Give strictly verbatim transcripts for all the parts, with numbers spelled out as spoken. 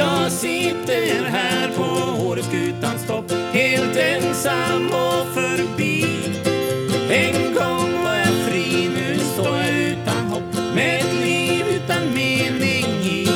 Jag sitter här på Åreskutans topp, helt ensam och förbi. En gång var jag fri, nu står jag utan hopp, med ett liv utan mening i.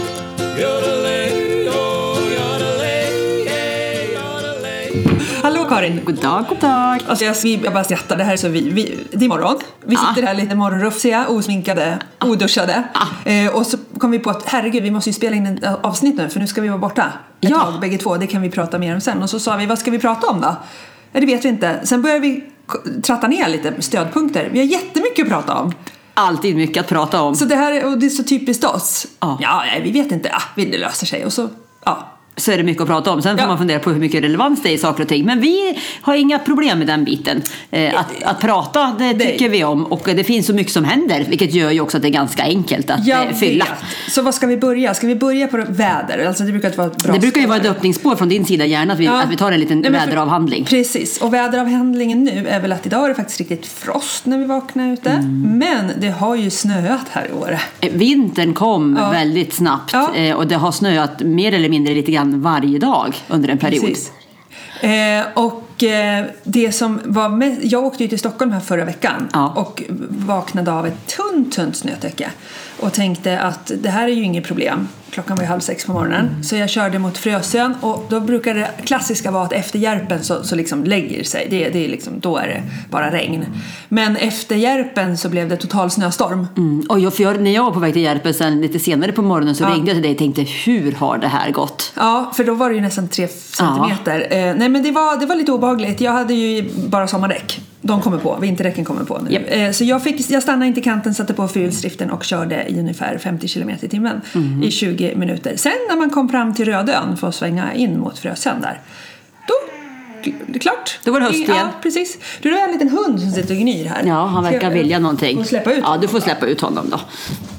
Yodelay, oh, yodelay, yeah, yodelay. Hallå Karin. God dag, god dag. Alltså jag, jag bara skrattar, det här är så vi, vi det är morgon. Vi sitter ah. här lite morgonrufsiga, osminkade, ah. oduschade. Ah. Eh, och så kom vi på att herregud, vi måste ju spela in en avsnitt nu, för nu ska vi vara borta ett ja. tag, bägge två. Det kan vi prata mer om sen. Och så sa vi, vad ska vi prata om då? Ja, det vet vi inte. Sen började vi tratta ner lite stödpunkter. Vi har jättemycket att prata om. Alltid mycket att prata om. Så det här, och det är så typiskt oss. Ah. Ja, nej, vi vet inte. Ja, det löser sig. Och så, ja. Så är det mycket att prata om. Sen får ja. man fundera på hur mycket relevans det är i saker och ting. Men vi har inga problem med den biten. Eh, att, att prata, det tycker vi om. Och det finns så mycket som händer. Vilket gör ju också att det är ganska enkelt att Jag eh, fylla. Vet. Så vad ska vi börja? Ska vi börja på väder? Alltså det brukar inte vara ett bra Det brukar ju vara spår. ett öppningsspår från din sida gärna. Att vi, Ja. att vi tar en liten Nej, men för- väderavhandling. Precis. Och väderavhandlingen nu är väl att idag är det faktiskt riktigt frost när vi vaknar ute. Mm. Men det har ju snöat här i år. Eh, Vintern kom Ja. väldigt snabbt. Ja. Eh, och det har snöat mer eller mindre lite grann varje dag under en period. Precis. Eh, och eh, det som var med, jag åkte ju till Stockholm här förra veckan Ja. och vaknade av ett tunt, tunt snötäcke och tänkte att det här är ju inget problem. Klockan var ju halv sex på morgonen, mm. så jag körde mot Frösön, och då brukar det klassiska vara att efter Järpen så, så liksom lägger sig, det, det är liksom, då är det bara regn. Men efter Järpen så blev det total snöstorm. Mm. Och jag, för jag, när jag var på väg till Järpen sen lite senare på morgonen så Ja. ringde jag till dig och tänkte, hur har det här gått? Ja, för då var det ju nästan tre centimeter. Ja. Eh, nej, men det var, det var lite obehagligt. Jag hade ju bara sommardäck. De kommer på, vinterdäcken kommer på nu. Yep. Eh, så jag, fick, jag stannade inte i kanten, satte på fyrhjulsdriften och körde i ungefär femtio kilometer i timmen mm. i tjugo minuter. Sen när man kom fram till Rödön för att svänga in mot Frösön där, då, det är klart. Då var det höst igen. Ja, precis. Du har en liten hund som sitter och gnyr här. Ja, han verkar jag, vilja någonting. Får släppa ut? Ja, du får släppa ut honom då.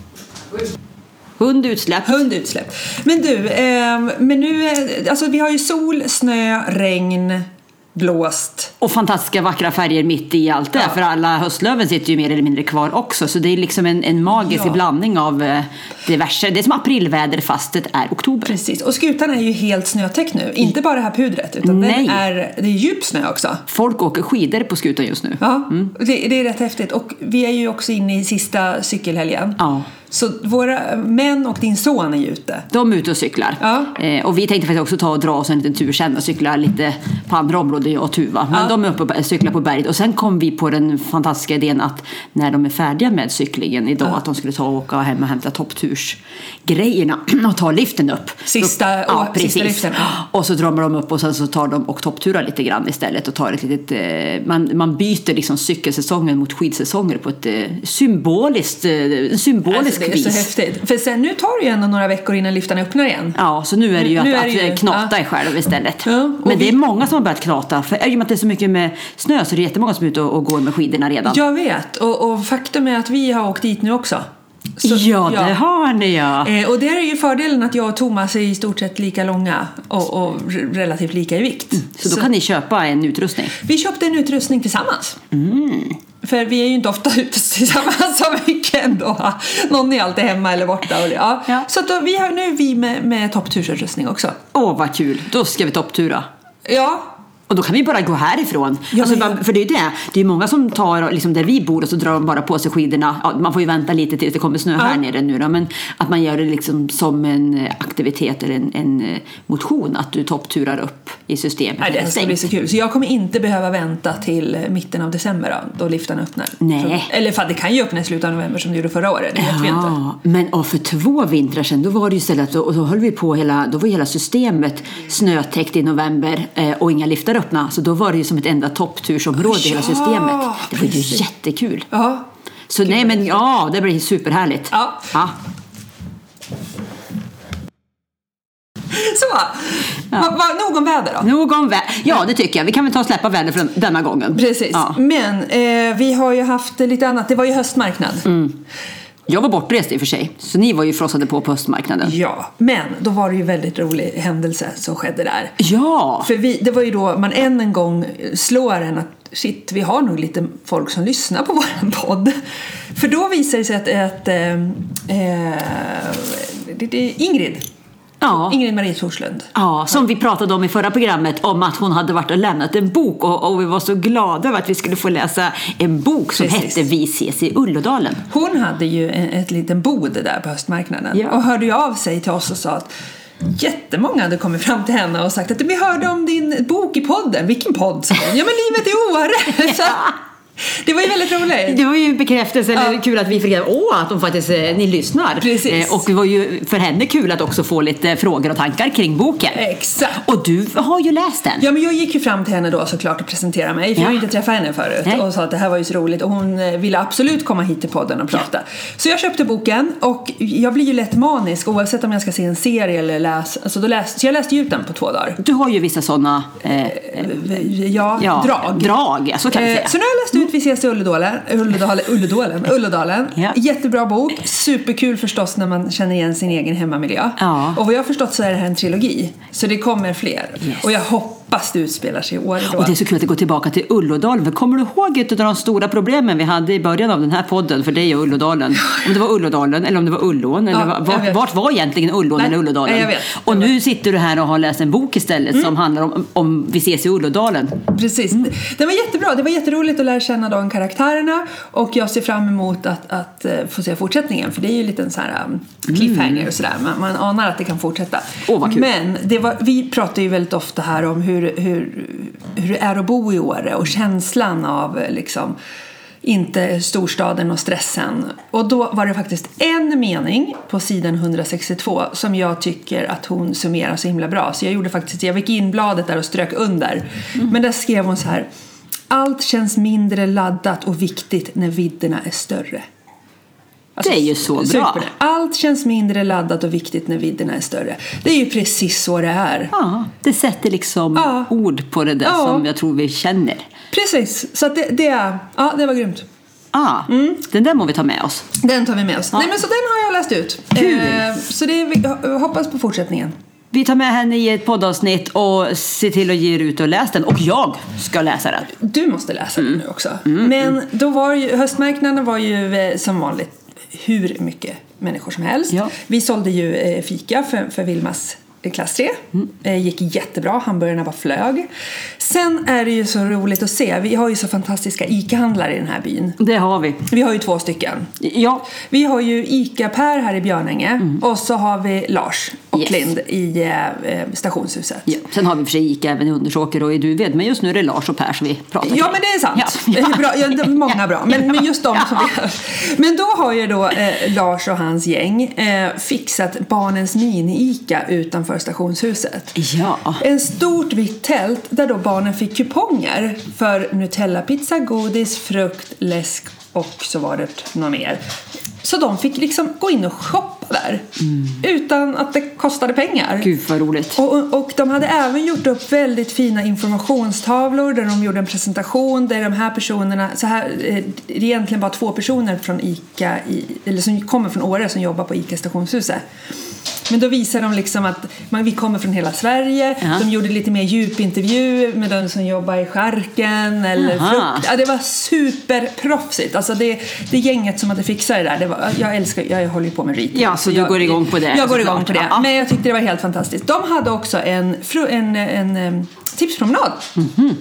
Hund utsläpp. Hund utsläpp. Men du, eh, men nu, alltså vi har ju sol, snö, regn, blåst. Och fantastiska vackra färger mitt i allt det. Ja. För alla höstlöven sitter ju mer eller mindre kvar också. Så det är liksom en, en magisk Ja. blandning av eh, diverse. Det är som aprilväder fast det är oktober. Precis, och skutan är ju helt snötäckt nu. Inte bara det här pudret, utan Nej. den är, det är djup snö också. Folk åker skidor på skutan just nu. Ja, mm. det, det är rätt häftigt. Och vi är ju också inne i sista cykelhelgen. Ja. Så våra män och din son är ju ute. De är ute och cyklar. Ja. Eh, och vi tänkte faktiskt också ta och dra oss en liten tur sen och cykla lite på andra områden och Tuva. Men Ja. de är uppe och cyklar på berget. Och sen kom vi på den fantastiska idén att när de är färdiga med cyklingen idag, Ja. att de skulle ta och åka hem och hämta topptursgrejerna och ta liften upp. Sista, så, ja, och, precis. sista liften. Och så drar de upp och sen så tar de och toppturar lite grann istället och tar ett litet, eh, man, man byter liksom cykelsäsongen mot skidsäsonger på ett eh, symboliskt, eh, symboliskt Alltså, det är vis. så häftigt. För sen nu tar det ju ändå några veckor innan liftarna öppnar igen. Ja, så nu är det ju Nu att, är det ju- att knata ja. i själv istället. Ja, och Men det vi- är många som har börjat knata. För i och med att det är så mycket med snö så är det jättemånga som är ute och, och går med skidorna redan. Jag vet, och, och faktum är att vi har åkt dit nu också. Så, ja, det har ni ja. Eh, och det är ju fördelen att jag och Thomas är i stort sett lika långa och, och re- relativt lika i vikt. Så då kan ni köpa en utrustning. Vi köpte en utrustning tillsammans. Mm. För vi är ju inte ofta ute tillsammans så mycket ändå. Någon är alltid hemma eller borta. Och det, ja. Ja. Så då, vi har nu är vi med, med topptursutrustning också. Åh, vad kul. Då ska vi topptura. Ja. Och då kan vi bara gå härifrån. Ja, alltså, men- man- för det är ju det. Det är ju många som tar liksom där vi bor och så drar de bara på sig skidorna. Ja, man får ju vänta lite tills det kommer snö här Ja. nere nu då. Men att man gör det liksom som en aktivitet eller en, en motion. Att du toppturar upp i systemet. Nej, det ska bli så kul. Så jag kommer inte behöva vänta till mitten av december då, då liftarna öppnar. Nej. Så, eller för att det kan ju öppna i slutet av november som det gjorde förra året. Det vet vi inte. Ja, men och för två vintrar sedan då var det ju istället och då höll vi på hela då var hela systemet snötäckt i november eh, och inga liftar öppna så då var det ju som ett enda topptursområde i hela Ja, systemet. Det var ju precis. jättekul. Ja. Så nej men ja, det blir superhärligt. Ja. Ja. Så, va, va, nog om väder då. Nog om vä- ja, det tycker jag. Vi kan väl ta och släppa väder för denna gången. Precis. Ja. Men eh, vi har ju haft lite annat. Det var ju höstmarknad. Mm. Jag var bortrest i och för sig. Så ni var ju frossade på på höstmarknaden. Ja, men då var det ju väldigt rolig händelse som skedde där. Ja. För vi, det var ju då man än en gång slår en att shit, vi har nog lite folk som lyssnar på våran podd. För då visar det sig att, att äh, äh, det, det är Ingrid. Ja. Ingrid Marie Torslund. Ja, som vi pratade om i förra programmet, om att hon hade varit och lämnat en bok och, och vi var så glada över att vi skulle få läsa en bok som Precis. hette Vi ses i Ullådalen. Hon hade ju en, ett liten bod där på höstmarknaden ja. och hörde ju av sig till oss och sa att jättemånga hade kommit fram till henne och sagt att vi hörde om din bok i podden. Vilken podd? Så, ja, men Livet i Åre. Så, det var ju väldigt roligt. Det var ju en bekräftelse, eller ja. kul att vi fick reda åh, att de faktiskt, ni lyssnar. Precis. Och det var ju för henne kul att också få lite frågor och tankar kring boken. Exakt. Och du har ju läst den. Ja, men jag gick ju fram till henne då såklart och presenterade mig. För ja. jag hade inte träffat henne förut. Nej. Och sa att det här var ju så roligt. Och hon ville absolut komma hit till podden och prata. Ja. Så jag köpte boken. Och jag blir ju lätt manisk oavsett om jag ska se en serie eller läsa. Alltså då läste, så jag läste ju ut den på två dagar. Du har ju vissa sådana eh, ja, ja, drag. Drag, ja, så kan vi säga. Så nu har jag läst ut Vi ses i Ullådalen. Ullådalen, Ullådalen, Ullådalen. Ja. Jättebra bok. Superkul förstås när man känner igen sin egen hemmamiljö. Ja. Och vad jag har förstått så är det här en trilogi. Så det kommer fler. Yes. Och jag hoppas det utspelar sig i år då. Och det är så kul att gå tillbaka till Ullådalen. För kommer du ihåg ett av de stora problemen vi hade i början av den här podden för dig och Ullådalen? Om det var Ullådalen eller om det var Ullån. Eller ja, vart, vart var egentligen Ullån Nej, eller Ullådalen? Jag vet. Och nu sitter du här och har läst en bok istället mm. som handlar om, om Vi ses i Ullådalen. Precis. Mm. Det var jättebra. Det var jätteroligt att lära känna de karaktärerna. Och jag ser fram emot att, att få se fortsättningen. För det är ju lite en sån här um, cliffhanger och sådär. Man, man anar att det kan fortsätta. Åh, vad kul. Men det var, vi pratar ju väldigt ofta här om hur, hur, hur det är att bo i Åre. Och känslan av liksom inte storstaden och stressen. Och då var det faktiskt en mening på sidan etthundrasextiotvå som jag tycker att hon summerar så himla bra. Så jag gjorde faktiskt, jag fick in bladet där och strök under. Mm. Men där skrev hon så här: allt känns mindre laddat och viktigt när vidderna är större. Alltså, det är ju så bra. Allt känns mindre laddat och viktigt när vidderna är större. Det är ju precis så det är. Ja, det sätter liksom ja. ord på det där ja. som jag tror vi känner. Precis, så att det, det, är, ja, det var grymt. Ah, mm. Den där må vi ta med oss. Den tar vi med oss. Ja. Nej, men så den har jag läst ut. Kul. Eh, så det är, hoppas på fortsättningen. Vi tar med henne i ett poddavsnitt och ser till att ge ut och läsa den. Och jag ska läsa den. Du måste läsa mm. den nu också. Mm. Men då var ju, höstmarknaden var ju som vanligt hur mycket människor som helst. Ja. Vi sålde ju eh, fika för, för Vilmas klass tre. Mm. Eh, gick jättebra. Hamburgarna var flög. Sen är det ju så roligt att se. Vi har ju så fantastiska ICA-handlare i den här byn. Det har vi. Vi har ju två stycken. Ja. Vi har ju ICA Per här i Björnänge. Mm. Och så har vi Lars och yes. Lind i eh, stationshuset. Ja. Sen har vi för sig ICA även i Undersåker och i Duved. Men just nu är det Lars och Per som vi pratar om. Ja, men det är sant. Ja. Ja. Bra. Ja, många bra. Men, men just de som vi har. Men då har ju då eh, Lars och hans gäng eh, fixat barnens mini-ICA utanför stationshuset. Ja. En stort vitt tält där då barnen fick kuponger för Nutella, pizza, godis, frukt, läsk och så var det något mer. Så de fick liksom gå in och shoppa där mm. utan att det kostade pengar. Gud vad roligt. Och, och de hade även gjort upp väldigt fina informationstavlor där de gjorde en presentation där de här personerna, så här, det är egentligen bara två personer från ICA i, eller som kommer från Åre som jobbar på ICA stationshuset. Men då visar de liksom att man, vi kommer från hela Sverige. Ja. De gjorde lite mer djupintervju med de som jobbar i skärken eller frukt. Ja, det var superproffsigt. Alltså det, det gänget som hade fixat det där, det var, jag älskar, jag håller ju på med rit. Ja, så, så du jag, går igång på det. Jag går igång på det. Ja. Men jag tyckte det var helt fantastiskt. De hade också en, en, en, en tipspromenad. Mm-hmm.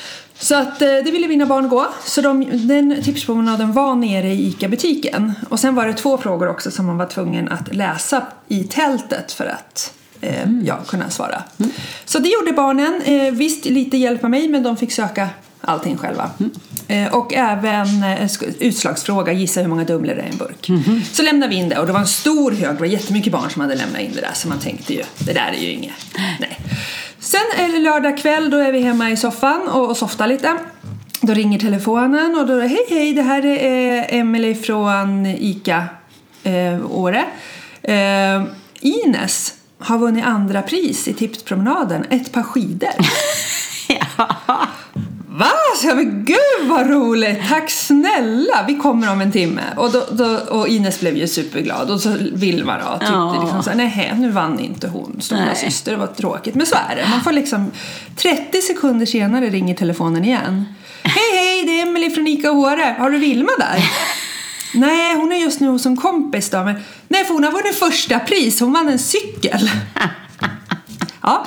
Så att det ville mina barn gå. Så de, den tipspromenaden var nere i ICA-butiken. Och sen var det två frågor också som man var tvungen att läsa i tältet för att eh, mm. ja, kunna svara. Mm. Så det gjorde barnen. Eh, visst lite hjälp av mig, men de fick söka allting själva. Mm. Eh, och även eh, utslagsfråga, gissa hur många dumler det är i en burk. Mm. Så lämnade vi in det och det var en stor hög. Det var jättemycket barn som hade lämnat in det där. Så man tänkte ju, det där är ju inget. Nej. Sen är det lördag kväll, då är vi hemma i soffan och, och softar lite. Då ringer telefonen och då är det, hej hej, det här är Emily från ICA eh, Åre. Eh, Ines har vunnit andra pris i tipspromenaden, ett par skidor. Ja. Va? Så jag men gud vad roligt. Tack snälla. Vi kommer om en timme. Och, då, då, och Ines blev ju superglad. Och så Vilma då tyckte ja. liksom så här, nej nu vann inte hon. Stora nej. syster, det var tråkigt. Men så är det. Man får liksom trettio sekunder senare ringer telefonen igen. Hej hej, det är Emily från ICA Åre. Har du Vilma där? Nej, hon är just nu hos en kompis då. Men, nej, för hon har vunnit första pris. Hon vann en cykel. Ja,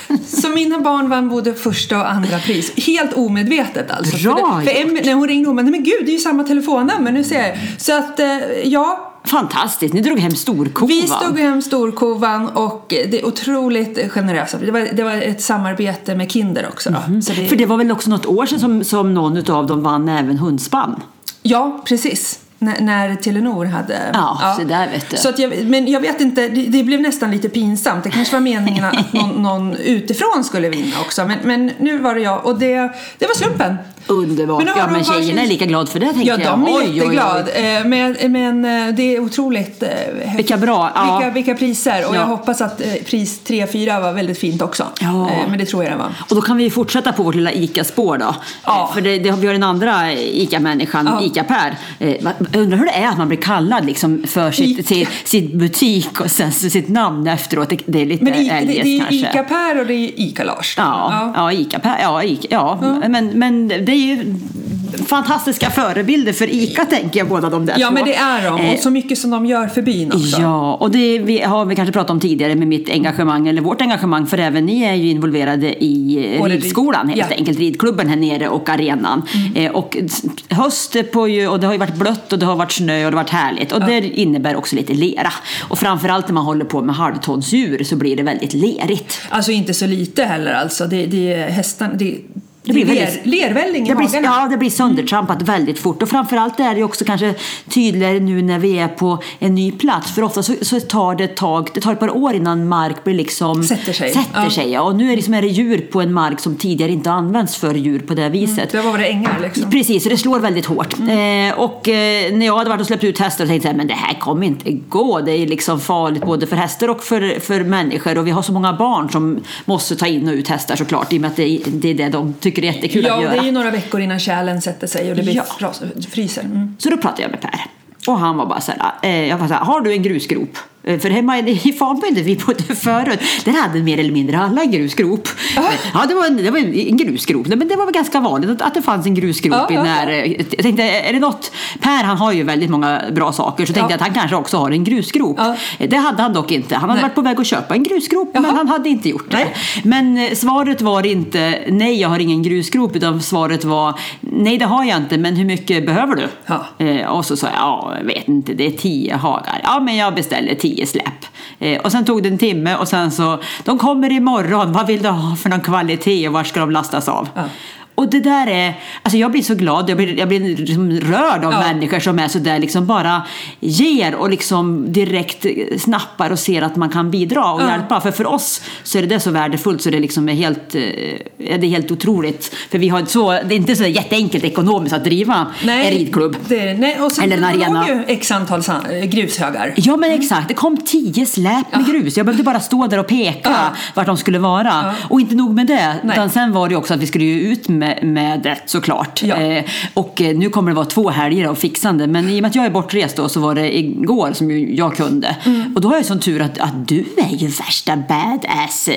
så mina barn vann både första och andra pris. Helt omedvetet alltså. Bra, för det, för em, när hon ringde, hon bara, nej men gud, det är ju samma telefonnummer, nu ser jag. Så att, ja. Fantastiskt, ni drog hem storkovan. Vi stod hem storkovan och det är otroligt generösa. Det var, det var ett samarbete med Kinder också då. Mm. Så det, för det var väl också något år sedan som, som någon av dem vann även hundspann? Ja, precis. N- när Telenor hade... Ja, ja. Så där vet du. Så att jag, men jag vet inte, det, det blev nästan lite pinsamt. Det kanske var meningen att någon, någon utifrån skulle vinna också. Men, men nu var det jag och det, det var slumpen. Underbart. Men ja, men tjejerna är lika glad för det, tänker jag. Ja, de är oj, jätteglad. Oj, oj. Men, men det är otroligt häftigt. Vilka bra. Ja. Vilka, vilka priser. Och ja. jag hoppas att pris tre fyra var väldigt fint också. Ja. Men det tror jag det var. Och då kan vi fortsätta på vårt lilla ICA-spår då. Ja. För det, det har vi den andra ICA-människan, ja. ICA-Per. Jag undrar hur det är att man blir kallad liksom för sitt, till, sitt butik och sen sitt namn efteråt. Det, det är lite men I, eljest, det är kanske. ICA-Per och det är ICA-Lars. Ja, ja. ja ICA-Per. Ja, Ica, ja. ja. Men, men det är ju fantastiska förebilder för ICA, tänker jag, båda de där Ja, två. Men det är de. Och så mycket som de gör för byn också. Ja, och det vi, har vi kanske pratat om tidigare med mitt engagemang, eller vårt engagemang, för även ni är ju involverade i ridskolan, helt ja. enkelt, ridklubben här nere och arenan. Mm. Eh, och höst på ju, och det har ju varit blött och det har varit snö och det har varit härligt. Och ja. det innebär också lite lera. Och framförallt när man håller på med halvtonsdjur så blir det väldigt lerigt. Alltså inte så lite heller, alltså. Det, det är hästarna... Det, Det blir väldigt, ler, lervälling i det blir, hagarna. Ja, det blir söndertrampat mm. väldigt fort. Och framförallt är det också kanske tydligare nu när vi är på en ny plats. För ofta så, så tar det ett tag, det tar ett par år innan mark blir liksom... Sätter sig. Sätter ja. sig ja. Och nu är det, liksom, är det djur på en mark som tidigare inte har använts för djur på det viset. Mm. Det var det ängar liksom. Precis, så det slår väldigt hårt. Mm. Eh, och eh, när jag hade varit och släppt ut hästar och tänkte jag, men det här kommer inte gå. Det är liksom farligt både för hästar och för, för människor. Och vi har så många barn som måste ta in och ut hästar såklart. I och med att det, det är det de tycker är jättekul ja, att göra. Det är ju några veckor innan kärlen sätter sig och det blir ja. fryser. Mm. Så då pratade jag med Per. Och han var bara så här, eh, jag var så här, har du en grusgrop? För hemma i Fanby vi bodde förut, där hade mer eller mindre alla en grusgrop. Aha. Ja, det var en, det var en grusgrop. Men det var väl ganska vanligt att, att det fanns en grusgrop ja, i ja, när, ja. Jag tänkte, är det något? Per, han har ju väldigt många bra saker, så tänkte ja. jag att han kanske också har en grusgrop. Ja. Det hade han dock inte. Han hade nej. varit på väg att köpa en grusgrop, Jaha. men han hade inte gjort det. Nej. Men svaret var inte, nej jag har ingen grusgrop, utan svaret var, nej det har jag inte, men hur mycket behöver du? Ja. Eh, och så sa jag, ja jag vet inte, det är tio hagar. Ja, men jag beställer tio släpp. Eh, och sen tog det en timme och sen så, de kommer imorgon, vad vill du ha för någon kvalitet och var ska de lastas av? Ja. Och det där är, alltså jag blir så glad, jag blir, jag blir liksom rörd av ja. människor som är så där liksom bara ger och liksom direkt snappar och ser att man kan bidra och ja. hjälpa. För för oss så är det, det så värdefullt så det liksom är helt, det är helt otroligt. För vi har så, det är inte så jätteenkelt ekonomiskt att driva nej, en ridklubb. Det, nej, och så eller en arena. Det ju x antal grushögar. Ja men exakt, det kom tio släp med ja. grus. Jag behövde bara stå där och peka ja. vart de skulle vara. Ja. Och inte nog med det, nej. utan sen var det också att vi skulle ju ut med med det såklart. Ja. Eh, och eh, nu kommer det vara två helger av fixande. Men i och med att jag är bortrest då så var det igår som ju jag kunde. Mm. Och då har jag sån tur att, att du är ju värsta badass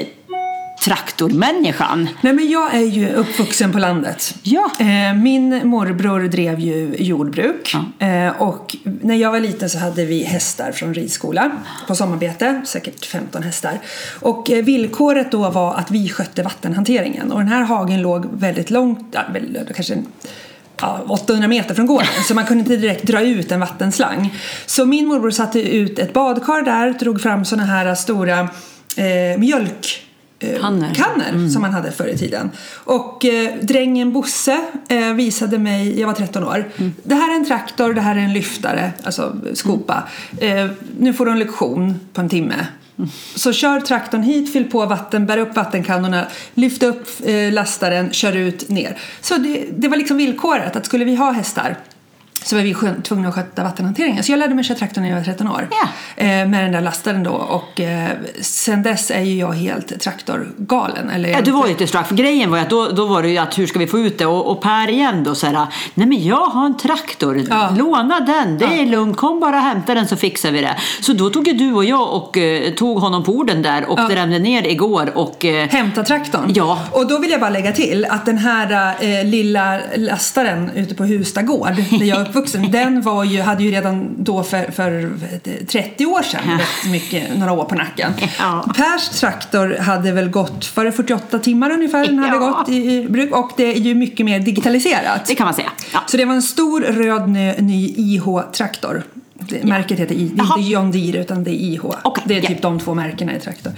traktormänniskan. Nej men jag är ju uppvuxen på landet. Ja. Eh, min morbror drev ju jordbruk. Ja. Eh, och när jag var liten så hade vi hästar från ridskola på sommarbete. Säkert femton hästar. Och eh, villkoret då var att vi skötte vattenhanteringen. Och den här hagen låg väldigt långt, ja, väl, kanske ja, åttahundra meter från gården. Så man kunde inte direkt dra ut en vattenslang. Så min morbror satte ut ett badkar där. Drog fram såna här stora eh, mjölk Kanner, kanner mm. som man hade förr i tiden. Och eh, drängen Bosse eh, visade mig, jag var tretton år. Mm. Det här är en traktor, det här är en lyftare, alltså skopa. Mm. Eh, nu får du en lektion på en timme. Mm. Så kör traktorn hit, fyll på vatten, bär upp vattenkannorna, lyft upp eh, lastaren, kör ut ner. Så det, det var liksom villkoret att skulle vi ha hästar så var vi tvungna att sköta vattenhanteringen. Så jag lärde mig köra traktorn när jag var tretton år. Ja. Eh, med den där lastaren då. Och eh, sen dess är ju jag helt traktorgalen. Eller ja, du var ju inte strax. För grejen var ju att då, då var det ju att hur ska vi få ut det? Och, och Per igen då såhär, nej men jag har en traktor. Ja. Låna den, det är ja. lugnt. Kom bara hämta den så fixar vi det. Så då tog ju du och jag och eh, tog honom på orden där. Och ja. drämde ner igår. Och eh, hämta traktorn. Ja. Och då vill jag bara lägga till att den här eh, lilla lastaren ute på Hustagård där jag uppvuxen, den var ju, hade ju redan då för, för trettio år sedan rätt mycket, några år på nacken. Ja. Pers traktor hade väl gått för fyrtioåtta timmar ungefär, den hade Ja. gått i, i bruk, och det är ju mycket mer digitaliserat. Det kan man säga. Ja. Så det var en stor röd ny, ny I H-traktor. Det, märket heter I, det är inte John Deere utan det är I H. Okay, det är typ yeah. de två märkena i traktor.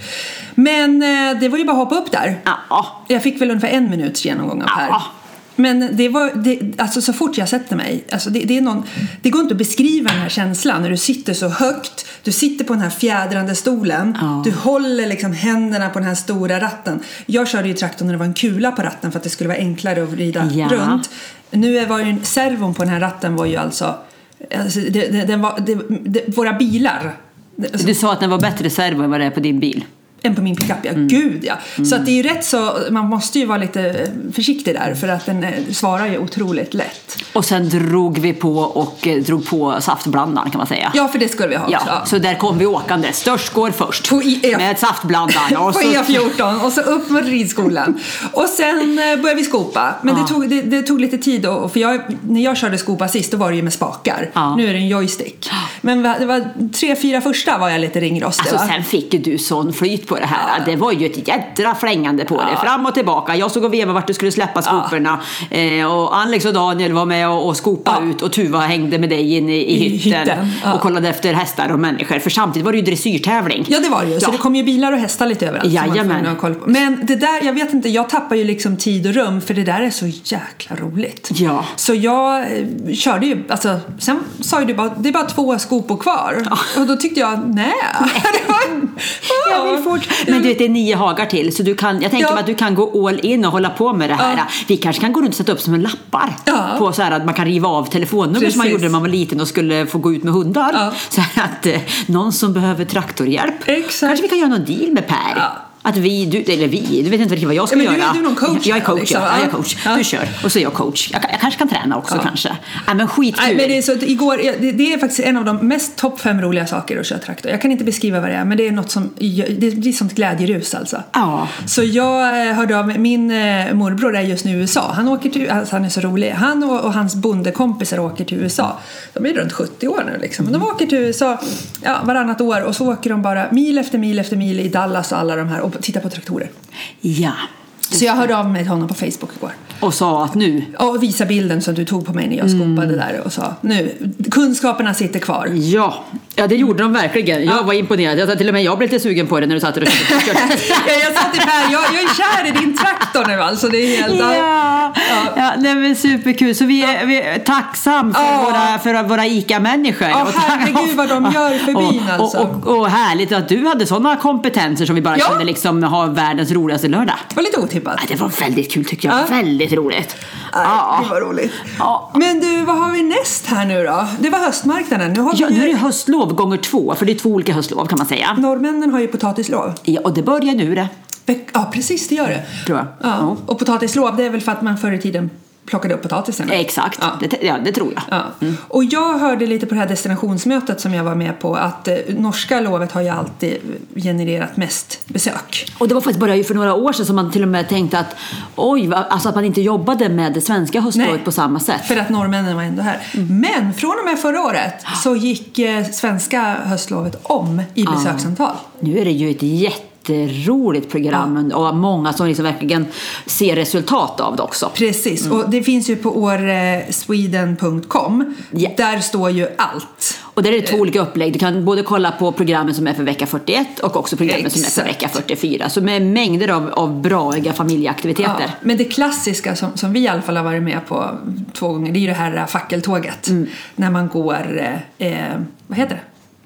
Men eh, det var ju bara att hoppa upp där. Ja. Jag fick väl ungefär en minuts genomgång av Per. Ja. Men det var, det, alltså så fort jag sätter mig, alltså det, det är någon, det går inte att beskriva den här känslan när du sitter så högt, du sitter på den här fjädrande stolen, Ja. du håller liksom händerna på den här stora ratten. Jag körde ju traktorn när det var en kula på ratten för att det skulle vara enklare att vrida Ja. runt. Nu var ju servon på den här ratten var ju alltså, alltså det, det, den var, det, det, våra bilar. Alltså, Du sa att den var bättre servo än vad det är på din bil. än på min pickup, ja. Mm. Gud, ja. Mm. Så att det är ju rätt så, man måste ju vara lite försiktig där för att den svarar ju otroligt lätt. Och sen drog vi på och eh, drog på saftblandaren kan man säga. Ja, för det skulle vi ha också. Ja, så där kom vi åkande. Störst går först På I- E- med saftblandaren. Och på så... E fjorton och så upp mot ridskolan. Och sen eh, började vi skopa. Men Ja. det, tog, det, det tog lite tid. Och, för jag, när jag körde skopa sist då var det ju med spakar. Ja. Nu är det en joystick. Men det var tre, fyra första var jag lite ringrostig. Alltså, va? sen fick ju du sån flyt på det här. Ja. Det var ju ett jädra flängande på Ja. det. Fram och tillbaka. Jag såg och veva vart du skulle släppa skoporna. Eh, och Alex och Daniel var med och, och skopa Ja. ut. Och Tuva hängde med dig inne i, I hytten. hytten, ja. Och kollade efter hästar och människor. För samtidigt var det ju dressyrtävling. Ja, det var det ju. Så Ja. det kom ju bilar och hästar lite överallt. som man får Jajamän. ha koll på. Men det där, jag vet inte, jag tappar ju liksom tid och rum. För det där är så jäkla roligt. Ja. Så jag eh, körde ju, alltså, sen sa ju du bara, det är bara två skopor kvar. Ja. Och då tyckte jag, nej. Det var, Jag vill fort. Men du vet, det är nio hagar till. Så du kan, jag tänker Ja. mig att du kan gå all in och hålla på med det här. Ja. Vi kanske kan gå runt och sätta upp som en lappar. Ja. På så här att man kan riva av telefonnummer som man Precis. gjorde när man var liten och skulle få gå ut med hundar. Ja. Så här att eh, någon som behöver traktorhjälp. Exakt. Kanske vi kan göra någon deal med Per. Ja. Att vi, du, eller vi, du vet inte riktigt vad jag ska Ja, men du- göra. du är någon coach Jag är här, coach, liksom, ja. va? Jag är coach. Ja. Du kör. Och så är jag coach. Jag, jag kanske kan träna också Ja. kanske. Ja, men skitkul. Nej, men det är så att igår, det, det är faktiskt en av de mest topp fem roliga saker att köra traktor. Jag kan inte beskriva vad det är, men det är något som, det blir sånt glädjerus alltså. Ja. Så jag eh, hörde av min eh, morbror är just nu i U S A. Han åker till, alltså han är så rolig. Han och, och hans bondekompisar åker till U S A. De är runt sjuttio år nu liksom. Men de åker till U S A ja, varannat år och så åker de bara mil efter mil efter mil i Dallas och alla de här och tittar på traktorer. Ja. Så jag hörde av mig till honom på Facebook igår. Och sa att nu. Och visa bilden som du tog på mig när jag skopade där och sa nu, kunskaperna sitter kvar. Ja, ja det gjorde de verkligen. Jag var imponerad. Jag, till och med jag blev lite sugen på det när du satt och ja, jag sa till Per, jag, jag är kär i din traktor nu alltså. Det är helt... Ja, Ja. ja det är superkul. Så vi är, vi är tacksam för, Ja. våra, för våra ICA-människor. Ja, Och- herregud vad de gör för byn, och, alltså. Och, och, och härligt att du hade sådana kompetenser som vi bara Ja. kunde liksom ha världens roligaste lördag. Det var lite otippat. Ja, det var väldigt kul tycker jag. Ja. Väldigt roligt. Nej, Ja. det var roligt. Ja. Men du, vad har vi näst här nu då? Det var höstmarknaden. Nu har Ja, vi nu är ju... det höstlov gånger två. För det är två olika höstlov kan man säga. Norrmännen har ju potatislov. Ja, och det börjar nu det. Ja, precis, det gör det. Tror jag. Ja. Ja. Och potatislov, det är väl för att man förr i tiden plockade upp potatisen. Exakt, Ja. Det, ja, det tror jag. Ja. Och jag hörde lite på det här destinationsmötet som jag var med på att eh, norska lovet har ju alltid genererat mest besök. Och det var faktiskt bara ju för några år sedan som man till och med tänkte att oj, va- alltså att man inte jobbade med det svenska höstlovet Nej. på samma sätt. För att norrmännen var ändå här. Men från och med förra året så gick eh, svenska höstlovet om i besöksantal. Nu är det ju ett jätteroligt program och många som liksom verkligen ser resultat av det också. Precis, och det finns ju på årsweden punkt com. Ja. Där står ju allt. Och där är det två olika upplägg. Du kan både kolla på programmen som är för vecka fyrtioett och också programmen som är för Exakt. vecka fyrtiofyra. Så med mängder av, av braiga familjeaktiviteter. Ja, men det klassiska som, som vi i alla fall har varit med på två gånger, det är ju det här fackeltåget. När man går, eh, vad heter det?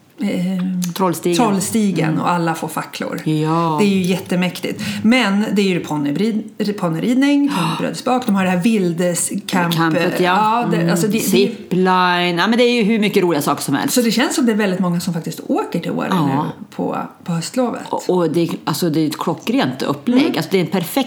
Eh, Trollstigen. Trollstigen mm. och alla får facklor. Ja. Det är ju jättemäktigt. Men det är ju ponnybrid- ponnyridning, ponnybrödsbak, de har det här vildeskamp. Campet, ja. ja det, alltså det, det, Zipline. Ja, men det är ju hur mycket roliga saker som helst. så det känns som det är väldigt många som faktiskt åker till Åre Ja. nu på, på höstlovet. Och, och det, är, alltså, det är ett klockrent upplägg. Mm. Alltså, det är en perfekt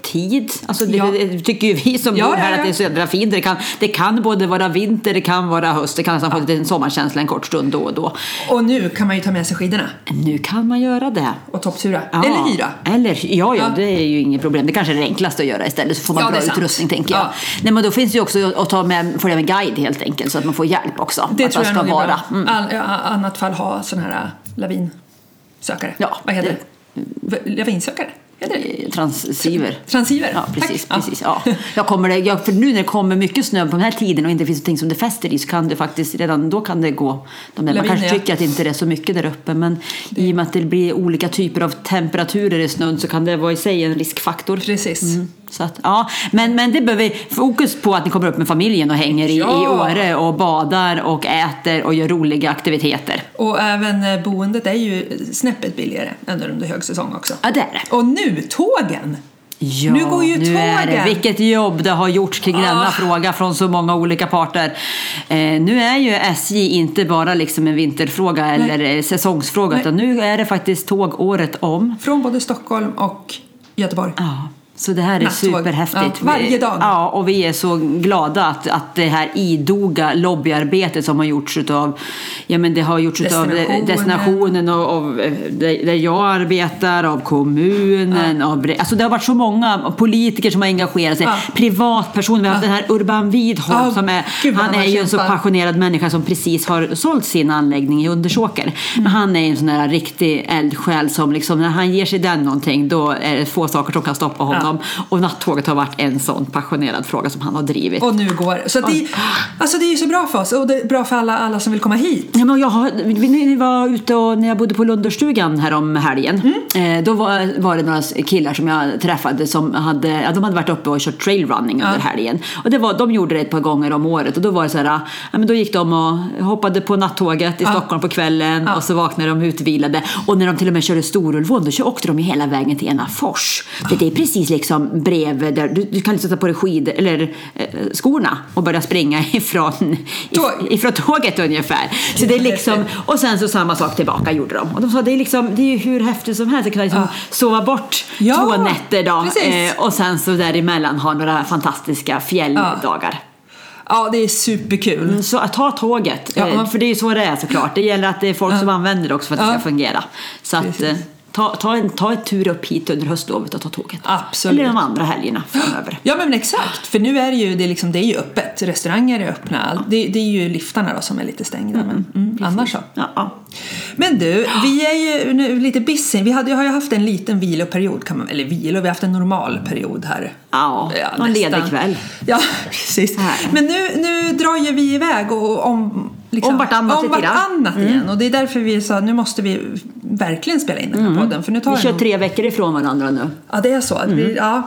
tid. Alltså det, Ja. det tycker ju vi som Ja, bor här ja, ja. att det är så jävla fint. Det kan, det kan både vara vinter, det kan vara höst, det kan nästan få lite sommarkänsla en kort stund då och då. Och nu kan man ju ta med sig skidorna Nu kan man göra det. och topptura. Ja. Eller hyra. Eller, ja, ja, Ja. det är ju inget problem. Det kanske är det enklaste att göra istället, så får man Ja, det bra är sant. utrustning, tänker jag. Ja. Nej, men då finns det ju också att ta med, få med guide helt enkelt, så att man får hjälp också. Det att tror man jag ska nog är vara. bra. Mm. All, I annat fall ha sån här lavinsökare. Ja, Vad heter det- det? Lavinsökare? Heter det? Transceiver. Transceiver. Ja, precis. Tack. precis ja. Jag kommer det, jag, för nu när det kommer mycket snö på den här tiden och inte finns någonting som det fäster i, så kan det faktiskt redan då kan det gå. De där, man Lavin, kanske ja. tycker att det inte är så mycket där uppe, men i och med att det blir olika typer av temperaturer i snön så kan det vara i sig en riskfaktor. Precis. Mm. Så att, ja, men, men det behöver vi fokus på, att ni kommer upp med familjen och hänger i, Ja. i Åre och badar och äter och gör roliga aktiviteter. Och även eh, boendet är ju snäppet billigare än under högsäsong också. Ja, det är det. Och nu, tågen! Ja, Nu går ju nu är det. tågen. Vilket jobb det har gjorts kring denna Ah. fråga från så många olika parter. Eh, nu är ju S J inte bara liksom en vinterfråga eller eh, säsongsfråga, Nej. utan nu är det faktiskt tåg året om. Från både Stockholm och Göteborg. Ja. Så det här är Nattåg. superhäftigt. Ja, varje dag. Ja, och vi är så glada att, att det här idoga lobbyarbetet som har gjorts utav, ja men det har gjorts utav Destinationen. destinationen och av där där jag arbetar, av kommunen, av, bre- alltså det har varit så många politiker som har engagerat sig, Ja. privatpersoner, vi har haft den här Urban Widholm Ja, som är, gud vad han han är ju en så kämpar. passionerad människa som precis har sålt sin anläggning i Undersåker. Mm. Men han är en sån här riktig eldsjäl som liksom, när han ger sig den någonting, då är det få saker som kan stoppa honom. Och nattåget har varit en sån passionerad fråga som han har drivit. Och nu går så att det, alltså det är ju så bra för oss och det är bra för alla, alla som vill komma hit. Ja, men jag har, vi, vi var ute och, när jag bodde på Lunderstugan här om helgen, Mm. eh, då var, var det några killar som jag träffade som hade, ja, de hade varit uppe och kört trailrunning under helgen. Och det var, de gjorde det ett par gånger om året och då var det så här, ja, men då gick de och hoppade på nattåget i Ja. Stockholm på kvällen Ja. och så vaknade de utvilade. Och när de till och med körde Storulvån, då åkte de ju hela vägen till Enafors. För det är precis liksom bredvid där du, du kan liksom ta på dig skidor eller eh, skorna och börja springa ifrån, Tåg. if, ifrån tåget ungefär. Så det är liksom, och sen så samma sak tillbaka gjorde de. Och de sa det är liksom, det är ju hur häftigt som helst att kunna liksom Ja. sova bort Ja, två nätter då, precis. eh, och sen så däremellan ha några fantastiska fjälldagar. Ja, det är superkul. Så att ta tåget, Ja. eh, för det är ju så det är såklart. Det gäller att det är folk som använder det också för att det Ja. ska fungera. Så att Precis. eh, ta, ta, en, ta ett tur upp hit under höstlovet och ta tåget. Absolut. Eller de andra helgerna framöver. Ja men exakt, för nu är det ju, det är liksom, det är ju öppet. Restauranger är öppna. Det, det är ju liftarna då som är lite stängda. Men mm, annars så. Ja, ja. Men du, vi är ju nu lite busy. Vi hade, har ju haft en liten viloperiod, kan man, eller vilo, vi har haft en normal period här. Ja, någon nästan. ledig kväll. Ja, precis. Här. Men nu, nu drar ju vi iväg och, och om, liksom, Om vartannat om lite grann. vartannat igen. Och det är därför vi sa, nu måste vi verkligen spela in den här podden. För nu tar Vi det kör nog- tre veckor ifrån varandra nu. Ja, det är så. Det blir, ja.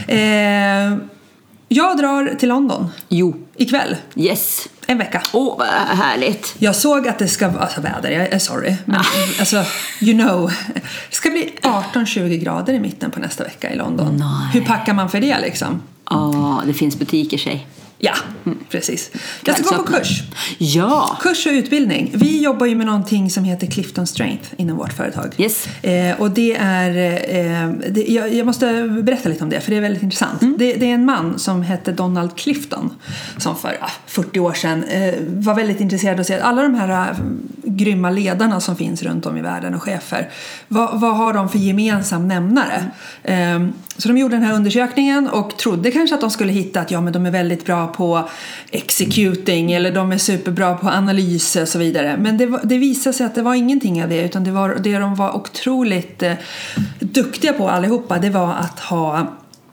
eh, jag drar till London Jo, ikväll. yes. En vecka. Åh, vad härligt. Jag såg att det ska vara, alltså väder, jag är sorry. Men alltså, you know. Det ska bli arton till tjugo grader i mitten på nästa vecka i London. Nej. Hur packar man för det liksom? Ja, det finns butiker sig. Ja, precis. Jag ska gå på Kvällsöppna. kurs. Ja. Kurs och utbildning. Vi jobbar ju med någonting som heter Clifton Strength inom vårt företag. Yes. Eh, och det är, eh, det, jag, jag måste berätta lite om det för det är väldigt intressant. Mm. Det, det är en man som hette Donald Clifton som för ja, fyrtio år sedan eh, var väldigt intresserad av att se att alla de här eh, grymma ledarna som finns runt om i världen och chefer, vad, vad har de för gemensam nämnare? Eh, så de gjorde den här undersökningen och trodde kanske att de skulle hitta att ja, men de är väldigt bra på executing eller de är superbra på analys och så vidare. Men det, var, det visade sig att det var ingenting av det, utan det, var, det de var otroligt eh, duktiga på allihopa, det var att ha